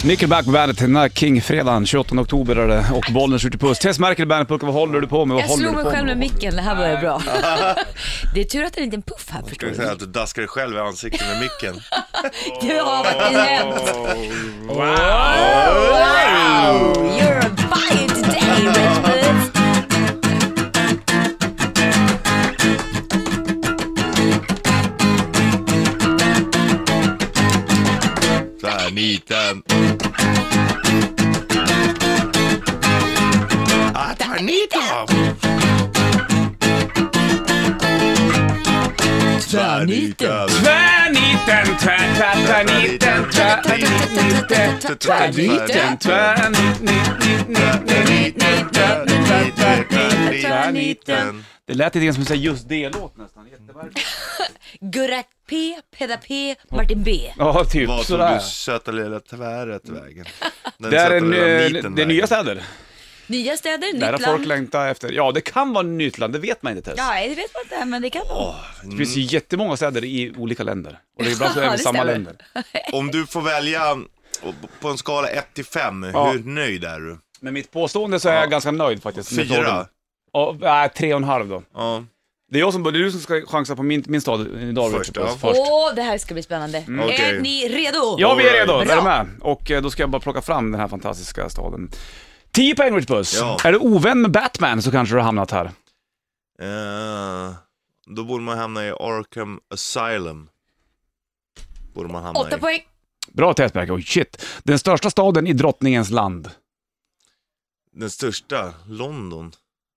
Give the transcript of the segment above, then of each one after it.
Nickelback på bandet den här King-fredagen 28 oktober är det, och bollen skjuter puss. Tess märker bandet, vad håller du på med? Jag slog mig själv med micken, det här var bra. Det är tur att det är en liten puff här, förstår du. Säga att du daskar dig själv i ansiktet med micken. Det har faktiskt hänt. Wow! You're on fire today, Redbirds. Tvärniten. Tvärniten. Tvärniten. Tvärniten, tvärniten, tvärniten, tvärniten. Det lät lite som just det-låt nästan. Jätteverkligt. Gurra P, Peda P, Martin B. Ja, typ Vad tog sådär. du söta lilla tväret vägen? Det är nya städer. Nya städer, nytt Där har folk land. längtat efter. Ja, det kan vara nytt land, det vet man inte, Tess. Ja, det vet man inte, men det kan vara. Det finns ju jättemånga städer i olika länder. Och det är ibland så är Ja, det det samma stämmer. länder. Om du får välja på en skala 1-5, Ja. hur nöjd är du? Men mitt påstående så är jag ganska nöjd faktiskt. med 4? frågan. Ja, 3,5 då. Ja. Det är du som ska chansa på min stad idag. Först, ja. Först. Det här ska bli spännande. Okej. Är ni redo? Ja, vi är redo. Bra. Är du med? Och då ska jag bara plocka fram den här fantastiska staden. 10 poäng, Rich Puss. Ja. Är du ovän med Batman så kanske du har hamnat här. Då borde man hamna i Arkham Asylum. Borde man hamna 8 i. poäng. Bra Tessberg. Oh, shit. Den största staden i drottningens land. Den största, London.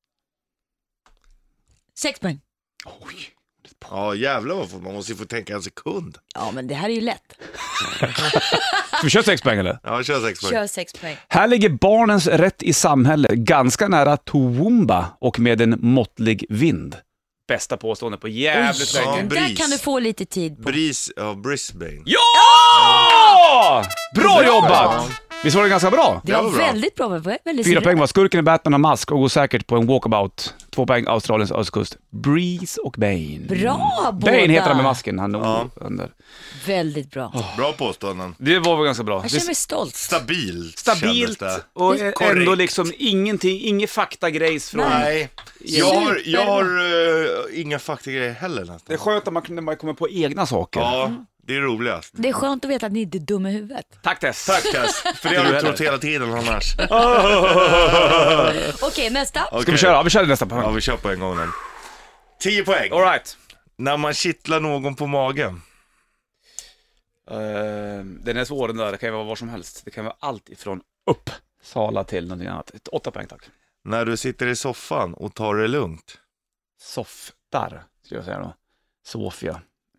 6 poäng. Oj. Ja, jävlar vad man måste ju få tänka en sekund. Ja, men det här är ju lätt. Ska vi köra 6 poäng eller? Ja, kör 6 poäng. Kör 6 poäng. Här ligger barnens rätt i samhället ganska nära Toowoomba och med en måttlig vind. Bästa påstående på jävligt Oj, länge. ja. Där Bris. kan du få lite tid på. Brisbane. Ja! Bra jobbat! Visst var det ganska bra? Det Det var var bra. väldigt bra. Väldigt 4 poäng rätt. var skurken i Batman och mask och går säkert på en walkabout. 2 poäng Australiens östkust. Breeze och Bane. Bra båda. Bane heter han med masken. Han Ja. under. Väldigt bra. Bra påståenden. Det var väl ganska bra. Jag känner mig stolt. Stabilt. Stabilt kändes det. och Det är ändå korrekt. liksom inget faktagrejs från... Nej, jag har inga faktagrejer heller nästan. Det är skönt att man kommer på egna saker. Ja, det är roligast. Det är skönt att veta att ni inte är dumma i huvudet. Tack Tess. Tack Tess, för det har du trott hela tiden annars. Okej, nästa. Ska vi köra? Ja, vi kör nästa Ja, poäng. vi kör på en gång den. 10 poäng. All right. När man kittlar någon på magen. Den är svår den där, det kan ju vara var som helst. Det kan vara allt ifrån Uppsala till någonting annat. 8 poäng tack. När du sitter i soffan och tar det lugnt. Softar, skulle jag säga då. Sofia.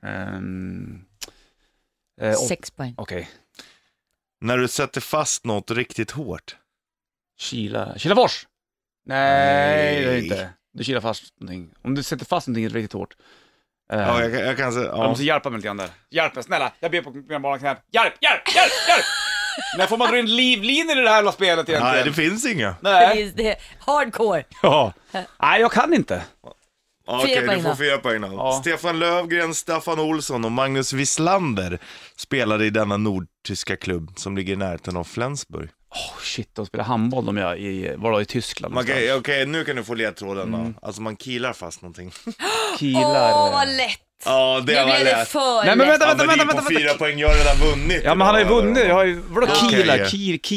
6 poäng. Okej. När du sätter fast något riktigt hårt. Kilafors! Nej, det är det inte. Du kilar fast någonting. Om du sätter fast någonting riktigt hårt. Ja, jag kan säga, Jag ja. måste hjälpa mig lite grann där. Hjälp mig, snälla. Jag ber på mina barnknäpp. Hjälp! När får man dra in livlinor i det här jävla spelet egentligen? Nej, det finns inga. Nej. Det är hardcore. Ja. Nej, jag kan inte. Okej, poäng du får då. 4 poäng då. Ja. Stefan Löfgren, Staffan Olsson och Magnus Wislander spelade i denna nordtyska klubb som ligger i närheten av Flensburg. Shit, de spelar handboll i Tyskland. Okej, nu kan du få ledtråden då. Alltså man kilar fast någonting. Kilar. Vad lätt. Ja, det Nu var blev det lätt. för Nej, men lätt. vänta. Ja, men det är på 4 poäng, jag har redan vunnit. Ja, men han har ju vunnit. Jag har ju... Vadå Okej. kilar?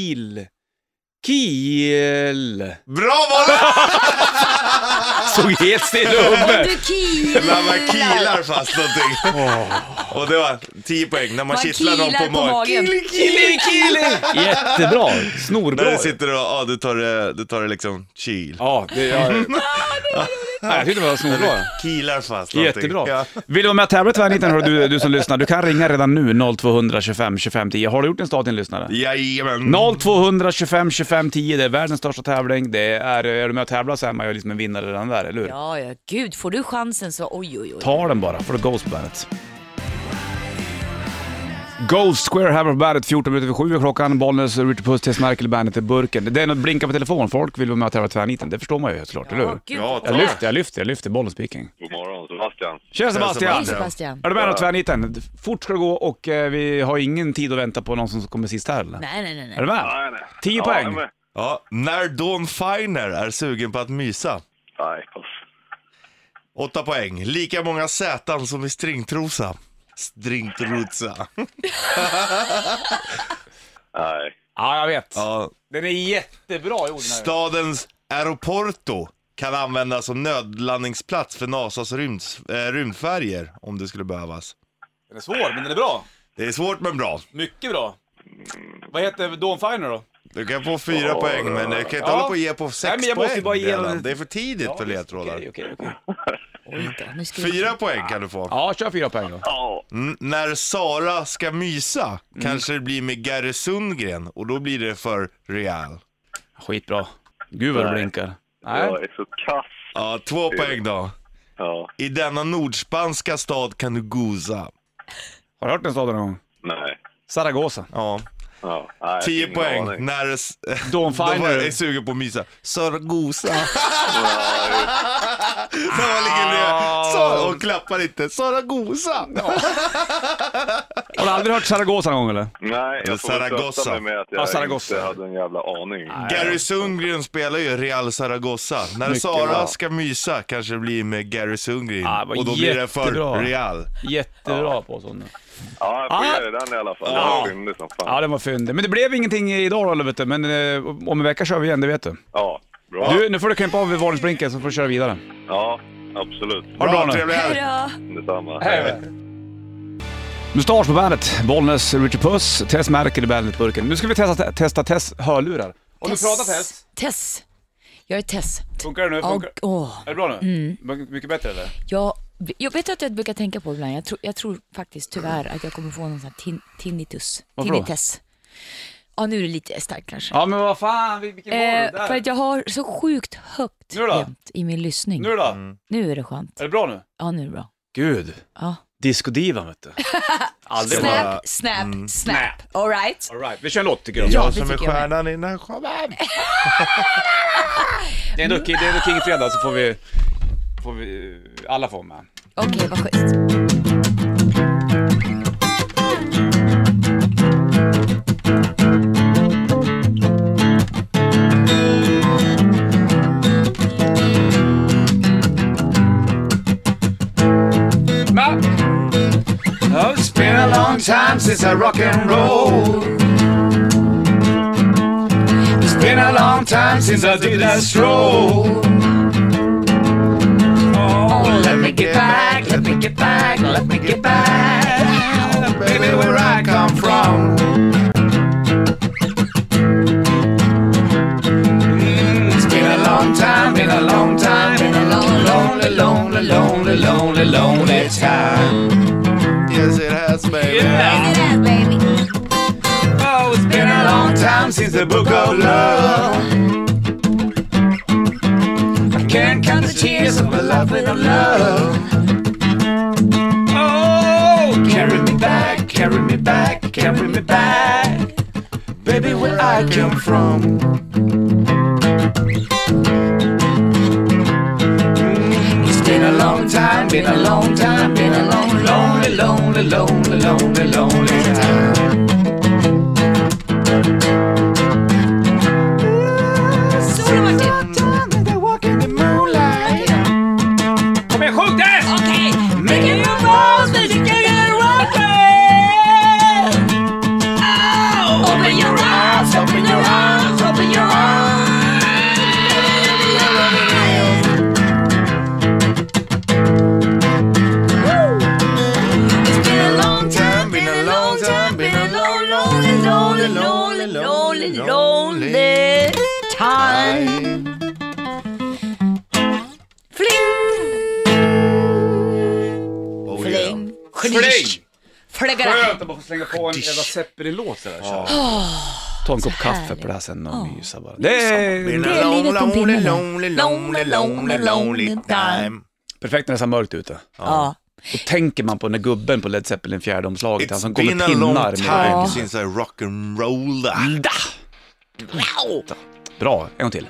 Kiel. Bra val! Såg helt still Om uppe. du kilar. När man kilar fast någonting. Och det var 10 poäng. När man kittlar någon kilar på magen. Kili. Jättebra. Snorbra. När du sitter och, ja, du tar det liksom chill. Ja, Nej, jag tyckte det var snorbra. Kilar fast någonting. Jättebra. Ja. Vill du vara med och tävla i du som lyssnar? Du kan ringa redan nu 0225 25 10. Har du gjort en stad till en lyssnare? Jajamän. 0225 25 10. Det är världens största tävling. Det är du med och tävla så är man ju liksom en vinnare redan där, eller hur? Ja, gud, får du chansen så oj. Ta den bara, för det goes på bandet. Ghost Square här på bandet, 14 minuter över 7 klockan. Bollnäs, Richard Puss, Tess Merkel, bandet i burken. Det är något blinka på telefon. Folk vill vara med och tävla tvärniten. Det förstår man ju såklart, eller hur? Ja, Jag lyfter Bollnäs speaking. God morgon, Sebastian. Tjena Sebastian! Hej Sebastian. Är du med och tvärniten? Fort ska det gå och vi har ingen tid att vänta på någon som kommer sist här, eller? Nej. Är du med? Nej. 10 poäng. Ja, när Dawn Finer är sugen på att mysa. Nej, pass. 8 poäng. Lika många sätan som i stringtrosa. Stringtrosa. Nej. Ja, jag vet. Ja, Den är jättebra gjord. stadens aeroporto kan användas som nödlandningsplats för NASAs rymdfärger om det skulle behövas. Den är svår, men den är bra. Det är svårt men bra. Mycket bra. Vad heter Dawn Finer då? Du kan få 4 poäng, men du kan inte hålla på att ge på 6 Nej, men jag måste poäng bara ge redan. dem- Det är för tidigt för ledtrådar. Okej. Oj då, nu ska vi... 4 poäng kan du få. Ja, kör 4 poäng då. Ja. När Sara ska mysa kanske det blir med Gary Sundgren och då blir det för Real. Skitbra. Gud vad du blinkar. Nej. Jag är så kass. Ja, 2 poäng då. Ja. I denna nordspanska stad kan du goza. Har du hört den staden någon gång? Nej. Zaragoza. Ja. Ja. Nej, 10 ingen poäng. aning. När Dawn de Finer. är sugen på att mysa. Zaragoza. Så man ligger ner och klappar inte. Zaragoza. Har du aldrig hört Zaragoza någon gång eller? Nej, jag får Zaragoza. trösta mig med att Ja, jag Zaragoza. inte hade en jävla aning. Gary Sundgren spelar ju Real Zaragoza. När Mycket Sara bra. ska mysa kanske det blir med Gary Sundgren. Ja, vad och då blir det för jättebra. Real. Jättebra på sådana. Ja, jag får ge dig den i alla fall. Ja. Ja. Det var som fan. Ja, den var fyndig. Men det blev ingenting idag då, eller vet du. Men om en vecka kör vi igen, det vet du. Ja, bra. Du, nu får du knäppa av vid varningsblinken så får du köra vidare. Ja, absolut. Ha det bra nu. trevlig helg. Hej då. Detsamma. Hej. Mustasch på bandet, Bollnäs, Richard Puss, Tess Merkel i bandet-burken. Nu ska vi testa Tess hörlurar. Om du pratar Tess, Tess. Jag är Tess. funkar det nu? Funkar... Är det bra nu? Mycket bättre eller? Jag vet att jag brukar tänka på ibland. Jag tror faktiskt tyvärr att jag kommer få någon sån här tinnitus. Varför då? Tinnitus. Ja, nu är det lite starkt kanske. Ja, men vad fan, vilken var det där? För att jag har så sjukt högt Nu då? jämt i min lyssning. Nu då? Nu är det skönt. Är det bra nu? Ja, nu är det bra. Gud, Ja. discodivan vet du. Aldrig bara... Snap. All right. All right. Vi kör en låt tycker jag. Ja, Jag det som är tycker jag med. stjärnan i den här showen. Det är ändå King-fredag så får vi alla få med. Okej, vad schysst. Oh, it's been a long time since I rock and roll. It's been a long time since I did that stroll. Oh, let me get back, let me get back, let me get back, baby, where I come from. It's been a long time, been a long time, been a long, lonely, lonely, lonely, lonely, lonely time. Yes it has baby. Yeah. baby. Oh, it's been a long time since the book of love. I can't count the tears of my love with love. Oh, carry me back, carry me back, carry me back, baby, where I come from. It's been a long time, been a long time, been a long, lonely, lonely, lonely, lonely, lonely time. Solo Martin. Kom igen, sjung det! Okej. Making your balls that you can get rockin'. Oh, Open your eyes, open your eyes, open your eyes. It's been a long time, been a long time, been a long, lonely, lonely, lonely, lonely, lonely time. Fling! Oh, yeah. Fling! Fling! Fläggare! Skönt att bara få slänga på en jävla Zeppelin-låt sådär. Ta en kopp kaffe på det här sen och mysa bara. Det är Been Det är a livet om pinnen. lonely, lonely, lonely, lonely, lonely time. perfekt när det är så mörkt ute. Ja, Och tänker man på den där gubben på Led Zeppelin 4:e omslaget. Han som It's går been med a long pinnar. time since I rock'n'rolled. Bra, en gång till.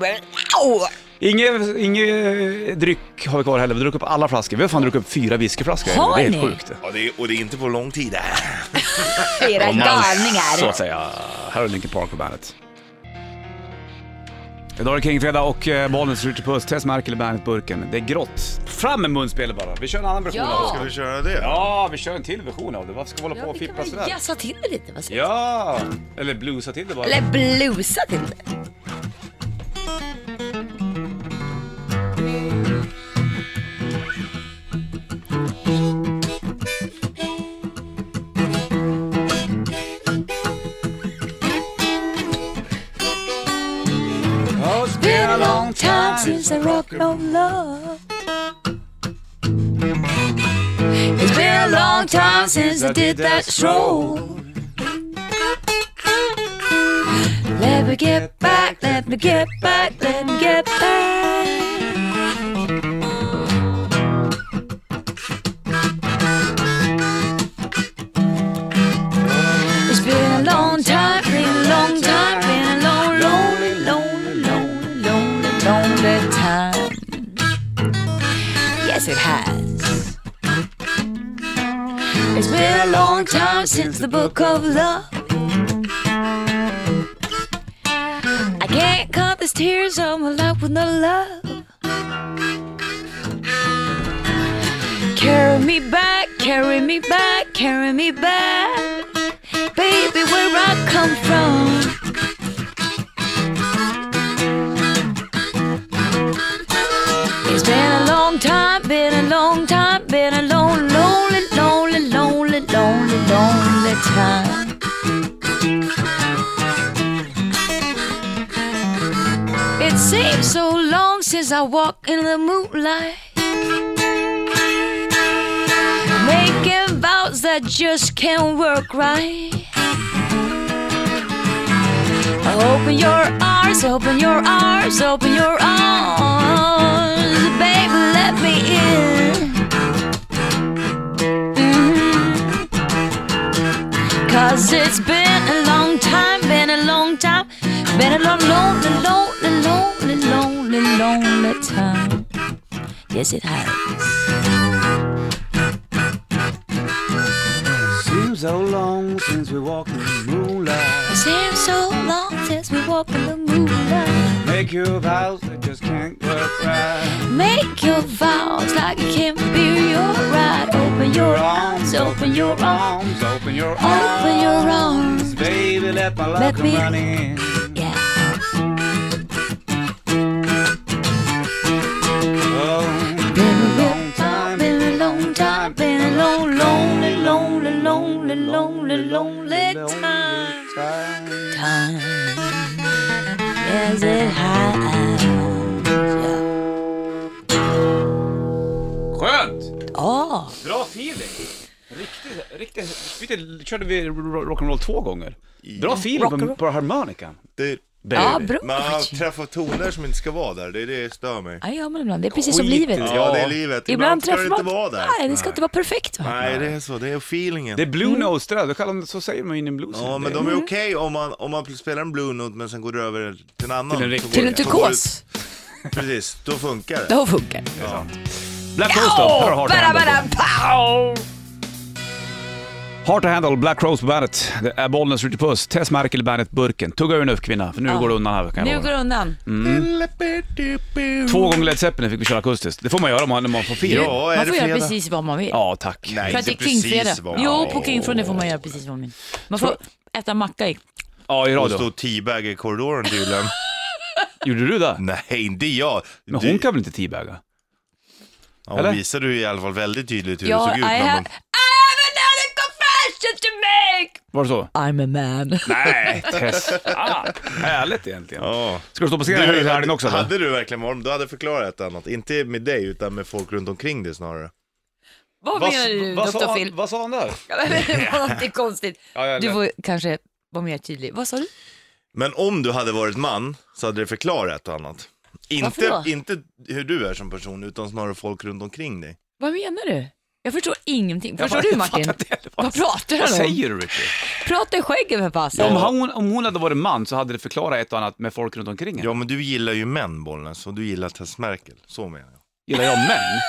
Inget dryck har vi kvar heller. Vi druckit upp alla flaskor. Vi har fan druckit upp 4 whiskyflaskor. Har Det är ni? helt sjukt. Ja, det är inte på lång tid. Era Så galningar. att säga. Här är Linkin Park på bandet. Idag är det King-fredag och Bollnäs Richard Puss. Tess Merkel i bandet-burken. Det är grått. Fram med munspelet bara. Vi kör en annan version av det. Ska vi köra det? Ja, vi kör en till version av det. Varför ska vi hålla på och Vi kan fippla väl sådär? jassa till det lite, vad säger du? Ja, eller bluesa till det bara. Eller blusa till det. It's been a long time since I rock no love. It's been a long time since I did that stroll. Let me get back, let me get back, let me get back. It's been a long time, been a long time, been a long, lonely, lonely, lonely, lonely, lonely time. Yes, it has. It's been a long time since the book of love. I can't cut these tears of my life with no love. Carry me back, carry me back, carry me back. Baby, where I come from. It's been a long time, been a long time, been a long, lonely, lonely, lonely, lonely, lonely time. It seems so long since I walked in the moonlight, making vows that just can't work right. Open your arms, open your arms, open your arms, baby, let me in. Cause it's been a long time, been a long time, been a long, lonely, lonely, lonely, lonely, lonely time. Yes, it has. Seems so long since we walked in the moonlight. It seems so long since we walked in the moonlight. Make your vows that just can't work right. Make your vows like it can't be your right. Open your arms, open your arms, open your arms. open your arms. Baby, let my love Let come me- running. Yeah. Oh, Been a long time, been a long time, been a long, lonely, lonely, lonely, lonely, lonely time. Yes, it has. Yeah. Skönt! Åh, Bra feeling. Riktigt, körde vi rock'n'roll 2 gånger. Bra feeling på harmonikan. ja, bra. Man träffar toner som inte ska vara där, det stör mig. Ja, ja, men ibland. Det är precis som Skit i livet. det. Ja, det är livet. Ibland ska det träffar inte vara där. Nej, det ska inte vara perfekt, va? Nej, det är så. Det är feelingen. Det är Blue Note där, så säger man in i bluesen. Ja, men de är okej om man till en Blue Note men sen går det över till en annan. Till en riktig- Så går- Till en så går turkos. det- Precis, då funkar det. Då funkar det. Black Rose då, här har Heart to Handle. Pow! Heart to Handle, Black Rose på bandet. Det är Bollnäs Richard Puss, Tess Merkel i bandet-burken. Tugga ur nu, kvinna, för nu går det undan här. Kan jag Nu lova. går det undan. 2 gånger Led Zeppelin fick vi köra akustiskt. Det får man göra när man får fira. Ja, är Man det får göra fredag? precis vad man vill. Ja, tack. Nej, För att det är inte precis Kingfredag. vad- Jo, på Kingfredag får man göra precis vad man vill. Man får äta macka i. Ja, i Och radio. stå teabag i korridoren tydligen. Gjorde du det? Nej, inte jag. Men hon kan väl inte teabaga? Ja, eller? visade du i alla fall väldigt tydligt hur Ja, det såg ut. I när have man... another confession to make! Var det så? I'm a man. Nej, Tess. Härligt egentligen. Ja. Ska du stå på scenen här i helgen också? Eller? Hade du verkligen varit, du hade förklarat ett annat. Inte med dig utan med folk runt omkring dig snarare. Vad menar du, Dr. Phil? Vad sa han där? Det var någonting konstigt. Ja, Du får kanske vara mer tydlig. Vad sa du? Men om du hade varit man så hade det förklarat ett och annat. Varför då? Inte hur du är som person utan snarare folk runt omkring dig. Vad menar du? Jag förstår ingenting. Förstår Jag du, fattar Martin? inte heller. Vad pratar du Vad om? säger du, Richie? Prata i skägget för passen. Om hon hade varit man så hade det förklarat ett och annat med folk runt omkring henne. Ja, men du gillar ju män, Bollnäs, och du gillar Tess Merkel. Så menar jag. Gillar jag män?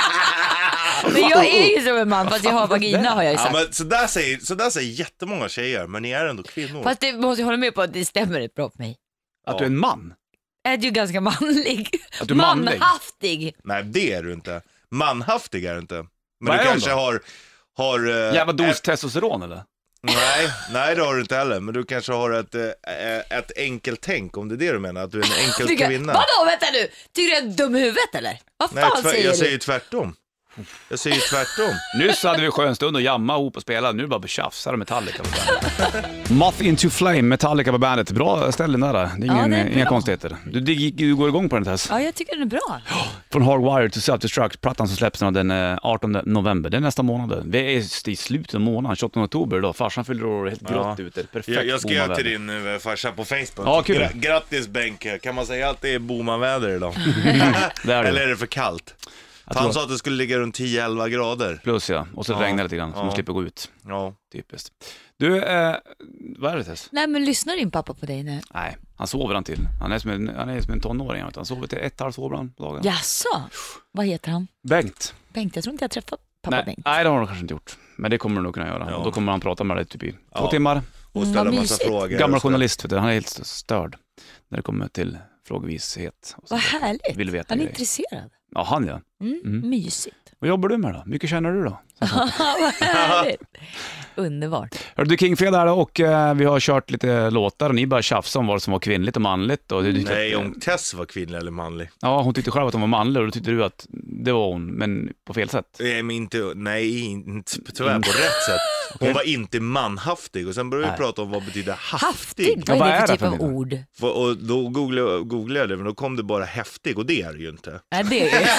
Men jag är ju som en man, fast jag har vagina har jag ju Ja, sagt. men så där säger jättemånga tjejer, men ni är ändå kvinnor. Fast det måste jag hålla med på att det stämmer ett bra på mig. Att du är en man? Är du ganska manlig? Att du är manlig? Manhaftig. Nej, det är du inte. Manhaftig är du inte. Men Vad du är hon kanske då? har Jävla dos testosteron eller? nej, det har du inte heller. Men du kanske har ett enkelt tänk, om det är det du menar. Att du är en enkel kvinna. Vadå, vänta nu? Tycker du jag är dum i huvudet eller? Vad Nej, fan säger jag du? säger ju tvärtom. Jag säger ju tvärtom. Nyss hade vi skön stund och jamma ihop och spela. Nu bara tjafsar Metallica på bandet. Moth Into Flame, Metallica på bandet. Bra ställe där. Det är Ja, det är inga bra. konstigheter. Du går igång på den Tess. Ja, jag tycker den är bra. Från Hardwired to Self-Destruct, plattan som släpps den 18 november. Det är nästa månad. Vi är i slutet av månaden, 28 oktober då. Farsan fyller år helt grått ute. Perfekt. Jag skrev Bomaväder. till din farsa på Facebook. Ja, kul. Grattis Benke. Kan man säga att det är bomaväder idag? Det är det. Eller är det för kallt? tror Han att- sa att det skulle ligga runt 10-11 grader. Plus ja, och så Ja. regnar det lite grann så Ja. man slipper gå ut. Ja. Typiskt. Du, vad är det Tess? Nej, men lyssnar din pappa på dig nu? Nej, han sover han till. Han är som en tonåring. Han sover till 1,5 sover han på dagen. Jaså? Vad heter han? Bengt. Bengt, jag tror inte jag träffat pappa Nej, Bengt. nej, det har han kanske inte gjort. Men det kommer du nog kunna göra. Ja. Och då kommer han prata med dig typ i 2 Ja. timmar. Och ställa vad massa mysigt. frågor. Gammal och så. journalist, vet du. Han är helt störd när det kommer till frågevishet. Och Vad sånt där. härligt. Vill veta Han är grejer. intresserad. Ja, han ja. Mysigt. Vad jobbar du med då? Mycket känner du då? Vad härligt. Underbart. Hörde du King-fredag då och vi har kört lite låtar och ni bara tjafsade om vad som var kvinnligt och manligt. Och du tyckte Nej, att, om Tess var kvinnlig eller manlig. ja, hon tyckte själv att hon var manlig och då tyckte du att det var hon, men på fel sätt. Men inte tyvärr på rätt sätt. Hon var inte manhaftig. Och sen började vi Nej. prata om vad betyder haftig. Haftig, Ja, vad är det för typ för av mening? ord? Och då googlade jag det, men då kom det bara häftig, och det är det ju inte. Nej, det är ju...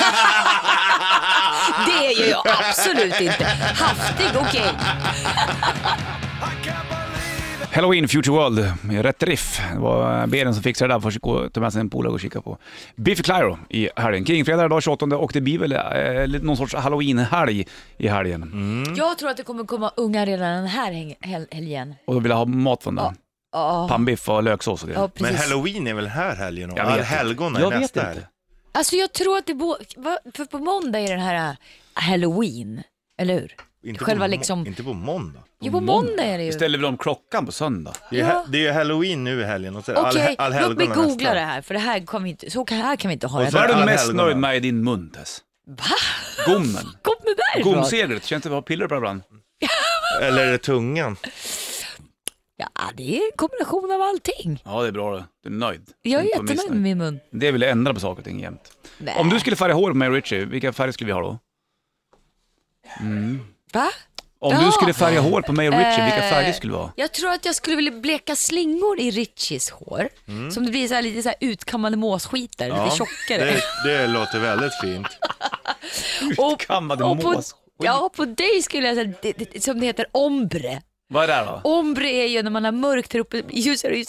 Det är ju jag absolut inte. Haftig, okej. Halloween Future World, rätt riff. Det var Beren som fixade det där för att gå ta med sig en polare och kika på Biffy Clyro i helgen. King-fredag idag 28 och det blir väl någon sorts Halloween-helg i helgen. Jag tror att det kommer komma unga redan den här helgen. Och då vill jag ha mat från den. Ja, Pannbiff och löksås och det. ja, Men precis. Halloween är väl här helgen? Och Jag vet inte. Allhelgona är Jag vet nästa inte. helg. Alltså jag tror att det för på måndag är den här Halloween, eller hur? Inte Själva på, liksom... Inte på måndag. Jo, på måndag är det Vi ju. ställer väl om klockan på söndag. Det är, Ja. det är Halloween nu i helgen. Och så Okej, allhelgona låt mig googla nästa. det här, för det här kan vi inte, så här kan vi inte ha Och det. så Vad är du alla mest helgona. nöjd med i din mun, Tess? Va? Gommen. Kommer därifrån? Gomseglet, känns det att ha piller på det ibland? Eller är det tungan? Ja, det är en kombination av allting. Ja, det är bra det. Du är nöjd. Jag är Inte jättenöjd missnöjd. med min mun. Det vill jag ändra på saker och ting jämt. Nej. Om du skulle färga hår på mig och Richie, vilka färger skulle vi ha då? Va? Om Ja. du skulle färga hår på mig och Richie, vilka färger skulle vi ha? Jag tror att jag skulle vilja bleka slingor i Richies hår. Som det blir så här, lite så här utkammade måsskitar, lite tjockare. Det låter väldigt fint. Utkammade på, måsskit. ja, på dig skulle jag säga, som det heter ombre. Vad är det här då? Ombre är ju när man har mörkt här uppe, ljusare.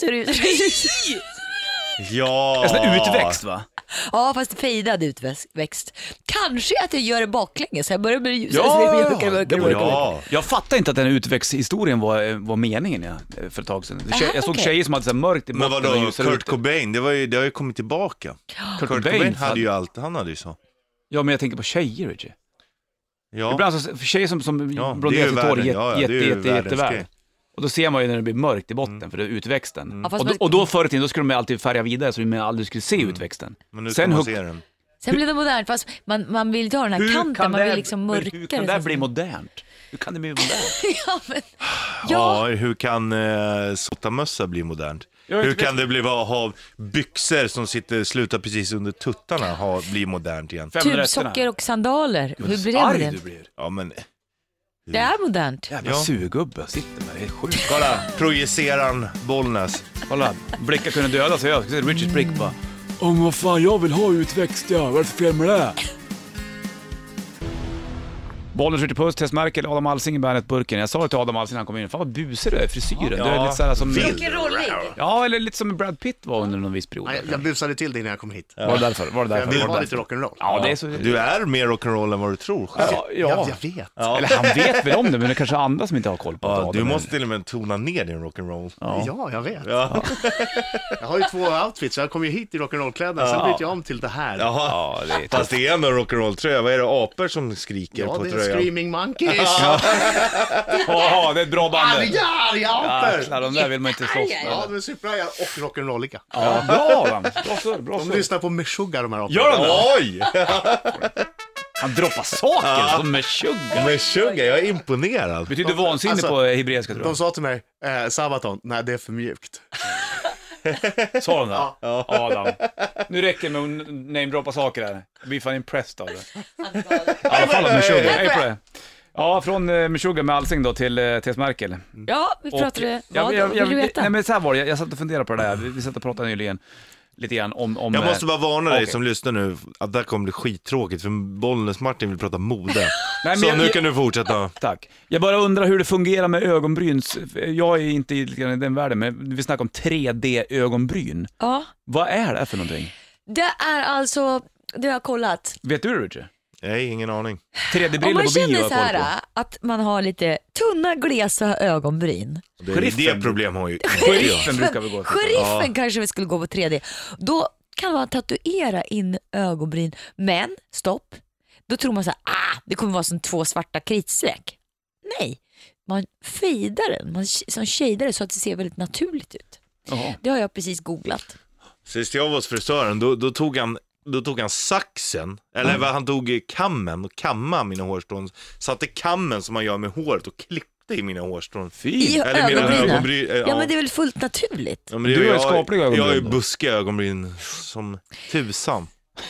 Ja. En sån där utväxt va? Ja, fast fejdad utväxt. Kanske att jag gör det baklänges, så jag börjar med det ljusare, Ja, så det blir mörkare. Ja. Jag fattar inte att den här utväxthistorien var meningen för ett tag sedan. Jag såg okej. tjejer som hade så här mörkt i Men botten och vadå, ljusare Kurt ute. Cobain, det har ju kommit tillbaka. Kurt Cobain hade ju allt, han hade ju så. Ja, men jag tänker på tjejer, Richie. Ja, Ibland så, för tjejer som Ja, blonderar det är ju sitt hår världen. Ja, det är ju världens jättevärd. grej. Och då ser man ju när det blir mörkt i botten, för det är utväxten. Ja, fast Och då förr i tiden, då skulle de alltid färga vidare så man aldrig skulle se utväxten. men nu Sen kan man hugg- se den. Sen blir det modernt, fast man vill inte ha den här kanten, man vill liksom mörkare. Hur kan det bli modernt? Hur kan det bli modernt? Ja, men, Ja, hur kan sotamössa bli modernt? Jag vet Hur inte. kan det bli att ha byxor som slutar precis under tuttarna bli modernt igen? tubsocker och sandaler, hur blir det Arg med du det? blir. Ja, men Det är modernt. Jävla Ja. surgubbe sitter med det. Det är sjukt. kolla, projiceran Bollnäs. Kolla, blickar kunde döda sig. Jag ska se Richies blick bara. Vad fan, jag vill ha utväxt, ja. Vad är det för fel med det? Bollnäs Ritchie Puss, Tess Merkel, Adam Alsing i Bandet-burken. Jag sa det till Adam Alsing när han kom in. Fan vad busig du är, frisyren. Du är lite såhär som... Rock'n'rollig. Ja, eller lite som Brad Pitt var under någon viss period. Nej, jag busade till det när jag kom hit. Var det därför? Jag vill ha lite rock'n'roll. Ja, det är så... Du är mer rock'n'roll än vad du tror själv. Ja. Jag vet. Eller han vet väl om det, men det är kanske andra som inte har koll på det. Ja, du måste till och med tona ner din rock'n'roll. Ja, jag vet. Ja. Jag har ju 2 outfits, så jag kom ju hit i rock'n'roll-kläderna, sen bytte jag om till det här. Jaha. Ja, det är Fast det är ändå en rock'n'roll-tröja. Vad är det, apor som skriker Ja, på det är tröjan? Screaming Monkeys. Ja, det är ett bra band. Arga apor! Jäklar, de där vill man inte slåss med. Ja, de är superarga och rock'n'rolliga. Ja, bra Adam. Bra De surr. lyssnar på Meshuggah, de här aporna. Gör de det? Oj! Han droppar saker som med tjugga. Men Sugar, jag är imponerad. Betyder vansinne Alltså, på hebreiska, tror De jag. sa till mig, Sabaton, nej det är för mjukt. Sa de det? Ja. Adam. Nu räcker det med att namedroppa saker här. Jag blir fan impressed av det. I alla fall med Meshuggah. Hej på det. Ja, från Meshuggah med Alsing då till Tess Merkel. Ja, vi pratade... Vad jag, vill du veta? nej men så här var det, jag satt och funderade på det där. Vi satt och pratade nyligen lite grann om Jag måste bara varna dig okej. som lyssnar nu att det här kommer bli skittråkigt för Bollnäs Martin vill prata mode. Nej, men Så jag- nu kan du fortsätta. Tack. Jag bara undrar hur det fungerar med ögonbryn. Jag är inte i den världen, men vi snackar om 3D-ögonbryn. Ja, Vad är det för någonting? det är alltså... Det har jag kollat. Vet du, Richard? Nej, ingen aning. Om 3D-briller man på bio känner har så jag koll på. här att man har lite tunna, glesa ögonbryn. Det, Sheriffen. det problem har ju Sheriffen brukar vi gå till. Sheriffen kanske vi skulle gå på 3D. Då kan man tatuera in ögonbryn. Men, stopp. Då tror man så här, det kommer vara som 2 svarta kritstreck. Nej, man fejdar den. Man som shadar det så att det ser väldigt naturligt ut. Jaha. Det har jag precis googlat. Sist jag var hos frisören, då tog han saxen, eller vad han tog kammen och kammade mina hårstrån. Satte kammen som man gör med håret och klippte i mina hårstrån. I Eller mina ögonbrynen. ögonbryn. Ja, men det är väl fullt naturligt. Ja, men det Du har ju jag- skapliga ögonbryn. Jag har ju buskiga ögonbryn som tusan.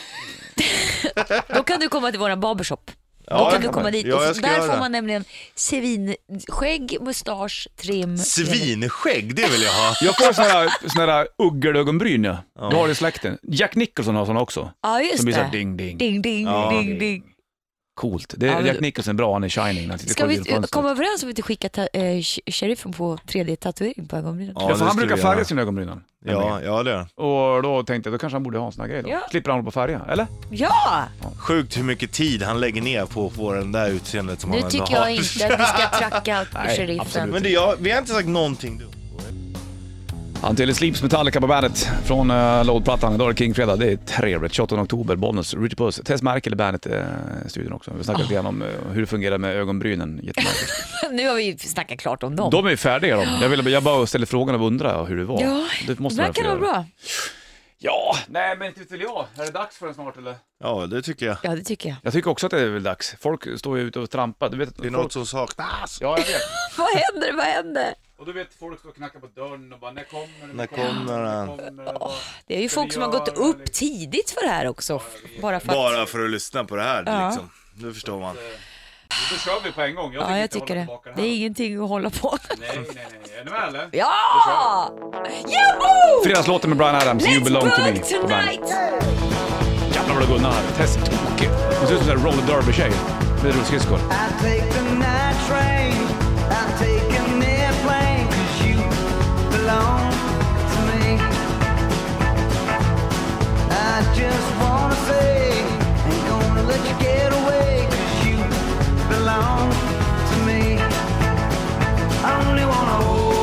Då kan du komma till våran barbershop. Då Ja, kan du jag komma kan. dit. Ja, Och jag så ska där göra får det. man nämligen svinskägg, mustasch, trim. Svinskägg, det vill jag ha. Jag får såna här uggelögonbryn, ja. Du har det i släkten. Jack Nicholson har såna också. Ja, just Som blir så det. här ding, ding. Ding, ding, Ja. ding, ding. Coolt. Det Ja, är men- Jack Nicholson är bra, han är shining. Han sitter Ska på vi julfönstret. komma överens om att vi skicka sheriffen på 3D-tatuering på ögonbrynen? Ja, Ja, det för han skulle brukar vi färga göra. sina ögonbryn. Ja, det är. Och då tänkte jag, då kanske han borde ha en sån här grej då. Ja. Slipper han hålla på att färga, eller? Ja! Sjukt hur mycket tid han lägger ner på att få den där utseendet som Nu han ändå tycker har. jag inte att vi ska tracka sheriffen. absolut. Men vi har inte sagt någonting du. Han till Sleeps Metallica på bandet från lådplattan. Idag är det King-fredag. Det är trevligt. 28 oktober, Bollnäs, Ritchie Puss. Tess Merkel i bandet studion också. Vi snackade lite grann om hur det fungerar med ögonbrynen. Jättemärkligt. Nu har vi snackat klart om dem. De är ju färdiga de. Jag bara ställer frågan och undrar hur det var. Ja, det måste det man verkar få vara göra. bra. Ja, nej men inte vet väl jag. Är det dags för den snart eller? Ja, det tycker jag. Ja, det tycker jag. Jag tycker också att det är väl dags. Folk står ju ute och trampar. Du vet, Det är något som saknas. Ja, jag vet. Vad händer? Vad händer? Och du vet, folk står och knackar på dörren och bara, när kommer den? När kommer den? Det är ju Ska folk vi som har gått göra upp liksom- tidigt för det här också. Bara för att... Bara för att lyssna på det här Ja. liksom. Nu förstår man. Då kör vi på en gång. Ja, jag tycker det. Det är ingenting att hålla på. Nej. Är ni med eller? Ja! Joho! Fredagslåten med Bryan Adams, You Let's Belong To Me. book tonight! Jävlar vad det Gunnar här. Test tokig. Hon ser ut som en roller derby-tjej. Med rullskridskor. I take the night train, I take an airplane, 'cause you belong to me. I just wanna say, ain't gonna let you get away, 'cause you belong to me. I only wanna hold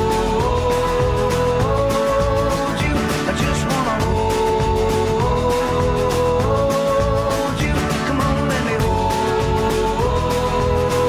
you, I just wanna hold you. Come on, let me hold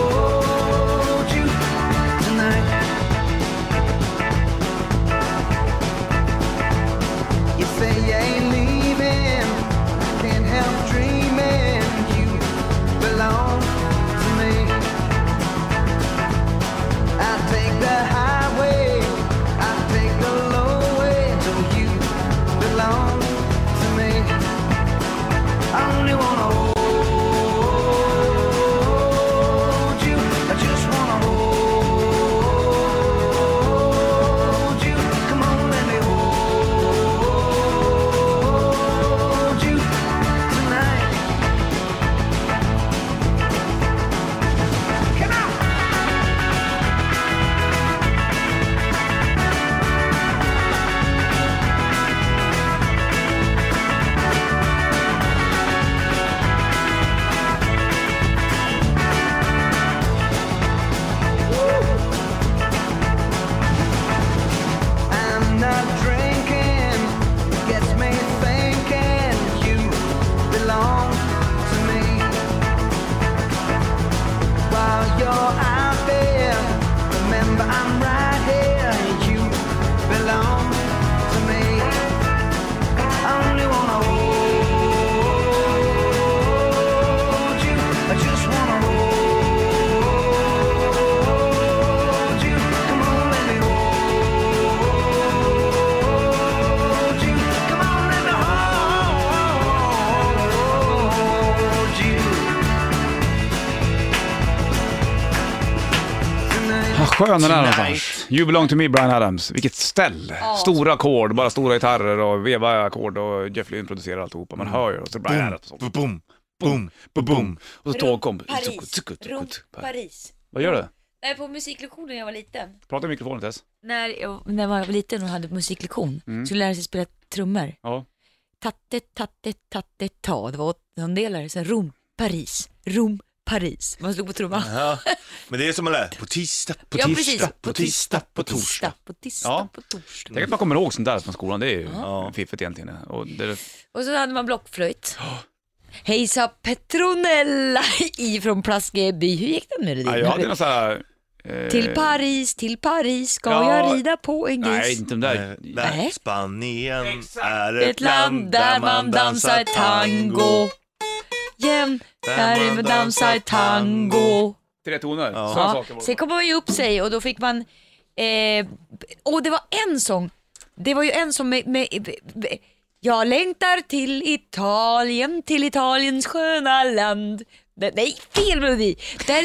skön den är Tonight. någonstans. You belong to me, Bryan Adams. Vilket ställ. Stora ackord, bara stora gitarrer och veva ackord och Jeff Lynne producerar alltihopa. Man hör ju. Och så Bryan Adams. Boom, boom, boom, boom, boom. Och så tågkom. Paris. Vad gör du? Nej, på musiklektionen när jag var liten. Prata i mikrofonen, Tess. När jag var liten och hade musiklektion så lärde sig spela trummor. Ja. Tatte, tatte, tatte, ta. Det var åttondelar. Sen Rom, Paris. Man slog på trumman. Ja, men det är som att lära. På tisdag, på Ja, tisdag, precis. på tisdag, på torsdag. På tisdag, Ja. på torsdag. Tänk att man kommer ihåg sånt där från skolan. Det är ju Ja. fiffigt egentligen. Och det, Och så hade man blockflöjt. Hej sa Petronella ifrån Plaskeby. Hur gick den melodin? ja, jag hade någon sån här... Till Paris ska Ja. jag rida på en gris. Nej, inte de där. Nej. Spanien är Ett land där man dansar tango. Jämt där man dansar tango. 3 toner. Ja. Sådana Ja. saker var det. Sen kom man ju upp sig och då fick man... och det var en sång. Det var ju en som med jag längtar till Italiens sköna land. Nej, fel melodi. Där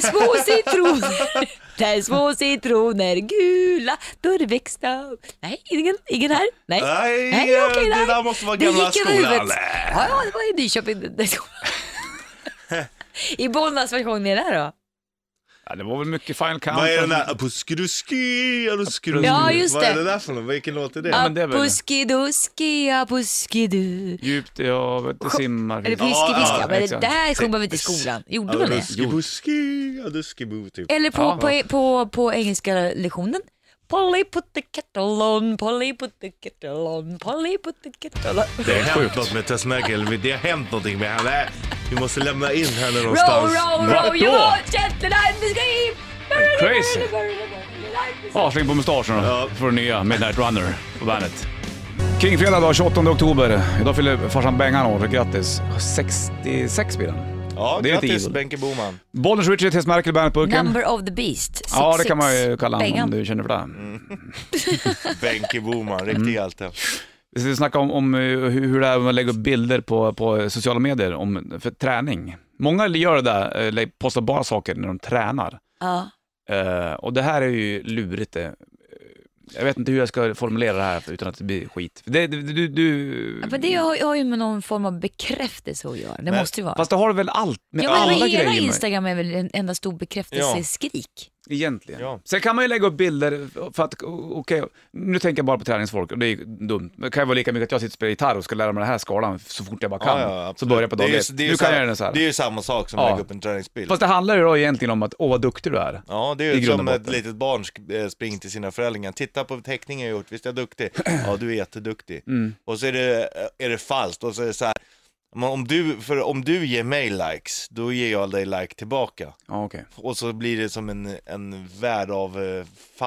små citroner gula dörrväxta. Nej, ingen här. Nej, Nej, okej, det där måste vara gamla gick över skolan. huvudet. Ja, det var i Nyköping. I Bollnäs version är det här då. Ja, det var väl mycket Final Count. Vad är den där? Puskiduski, Ja, just Vad är det. det där för något? Vilken låt är det? men det är väl- Apuskiduski, apuskidu. Djupt i havet, det simmar. Eller Ja, fiskifiska, ja, men det exakt. där sjöng man väl inte i skolan? Gjorde man det? Buski, aduskibu typ. Eller på engelska lektionen. Polly put the kettle on, Polly put the kettle on, Polly put the kettle on. Det har hänt något med Tess Merkel. Det har hänt någonting med henne. Vi måste lämna in henne Row, någonstans. row, you då? won't get the night to scream. Crazy. Ja, släng på mustaschen då. Ja. För den nya Midnight Runner på bandet. Kingfredag då, 28 oktober. Idag fyller farsan Bengan år, grattis. 66 blir den. Ja, Det är inte grattis evil. Benke Boman. Bollnäs Richard, Tess Merkel, bandet-burken. Number of the beast. Ja, det kan man ju 66. kalla honom om Bengan. du känner för det. Benke Boman, riktig hjälte. Vi ska snacka om hur det är med att lägga upp bilder på sociala medier för träning. Många gör det där, postar bara saker när de tränar. Ja. Och det här är ju lurigt det. Jag vet inte hur jag ska formulera det här utan att det blir skit. Du... Ja, men det har ju med någon form av bekräftelse att göra. Det måste ju vara. Fast det har väl allt med Ja, men alla hela grejer med. Instagram är väl en enda stor bekräftelseskrik. Egentligen. Ja. Sen kan man ju lägga upp bilder för att, okej, nu tänker jag bara på träningsfolk och det är dumt. Det kan ju vara lika mycket att jag sitter och spelar gitarr och ska lära mig den här skalan så fort jag bara kan. absolut. Så börjar jag på dag ett. Nu kan jag göra det så här. Det är ju samma sak som Ja. att lägga upp en träningsbild. Fast det handlar ju då egentligen om att, vad duktig du är. Ja, det är i ju grund som och ett botten. litet barn springer till sina föräldrar. Titta på teckningen jag gjort, visst är jag duktig? Ja, du är jätteduktig. Och så är det falskt och så är det så här. Om du ger mig likes, då ger jag dig like tillbaka. Ja, okej. Och så blir det som en värld av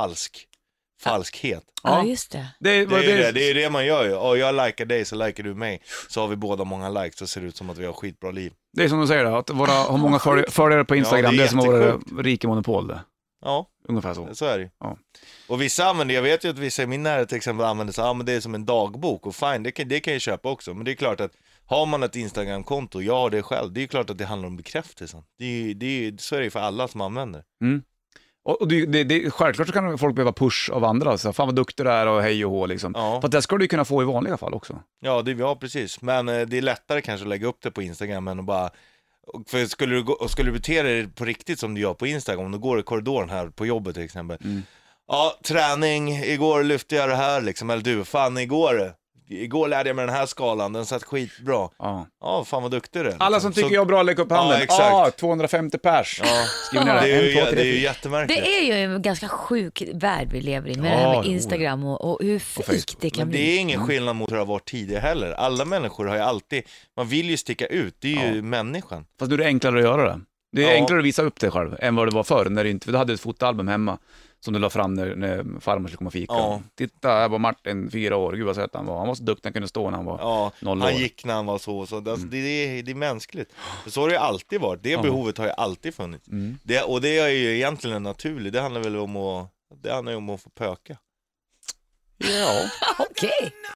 falskhet. Ja, just det. Det är det man gör ju. Och jag likar dig så likar du mig. Så har vi båda många likes så ser det ut som att vi har skitbra liv. Det är som du säger då, att ha många följare på Instagram, Ja, det är det är som att vara jättesjukt. rika monopol det. Ja, Ungefär så. så är det ju. Ja. Och vissa använder, jag vet ju att vissa i min närhet till exempel använder så, men det är som en dagbok och fine, det kan jag köpa också. Men det är klart att har man ett Instagram-konto, jag har det själv, det är klart att det handlar om bekräftelsen. Så är det ju för alla som använder. Och självklart så kan folk behöva push av andra, så fan vad duktig du är och hej och hå liksom. Ja. För att det ska du ju kunna få i vanliga fall också. Ja, precis. Men det är lättare kanske att lägga upp det på Instagram än att bara... För skulle du bete dig på riktigt som du gör på Instagram, om du går i korridoren här på jobbet till exempel. Ja, träning, igår lyfte jag det här liksom, eller du, fan igår lärde jag mig den här skalan, den satt skitbra. Ja, fan vad duktig du är. Alla som tycker jag är bra, lägg upp handen. Ja, exakt. 250 pers. Ja, Skriv ner det. det är 1, 2, 3, ju 4. jättemärkligt. Det är ju en ganska sjuk värld vi lever i med det här med Instagram och hur fejk det kan Men det bli. är ingen skillnad mot hur det har varit tidigare heller. Alla människor har ju alltid, man vill ju sticka ut, det är ju människan. Fast nu är det enklare att göra det. Det är Ja. enklare att visa upp dig själv än vad det var förr. När du inte, för du hade ett fotoalbum hemma som du la fram när farmor skulle komma och fika. Ja. Titta, här var Martin, 4 år. Gud vad söt han var. Han var så duktig, han kunde stå när han var Ja, 0 år. han gick när han var så. Det är mänskligt. För så har det ju alltid varit. Det behovet har ju alltid funnits. Och det är ju egentligen naturligt. Det handlar väl om att få pöka. Ja. Okej.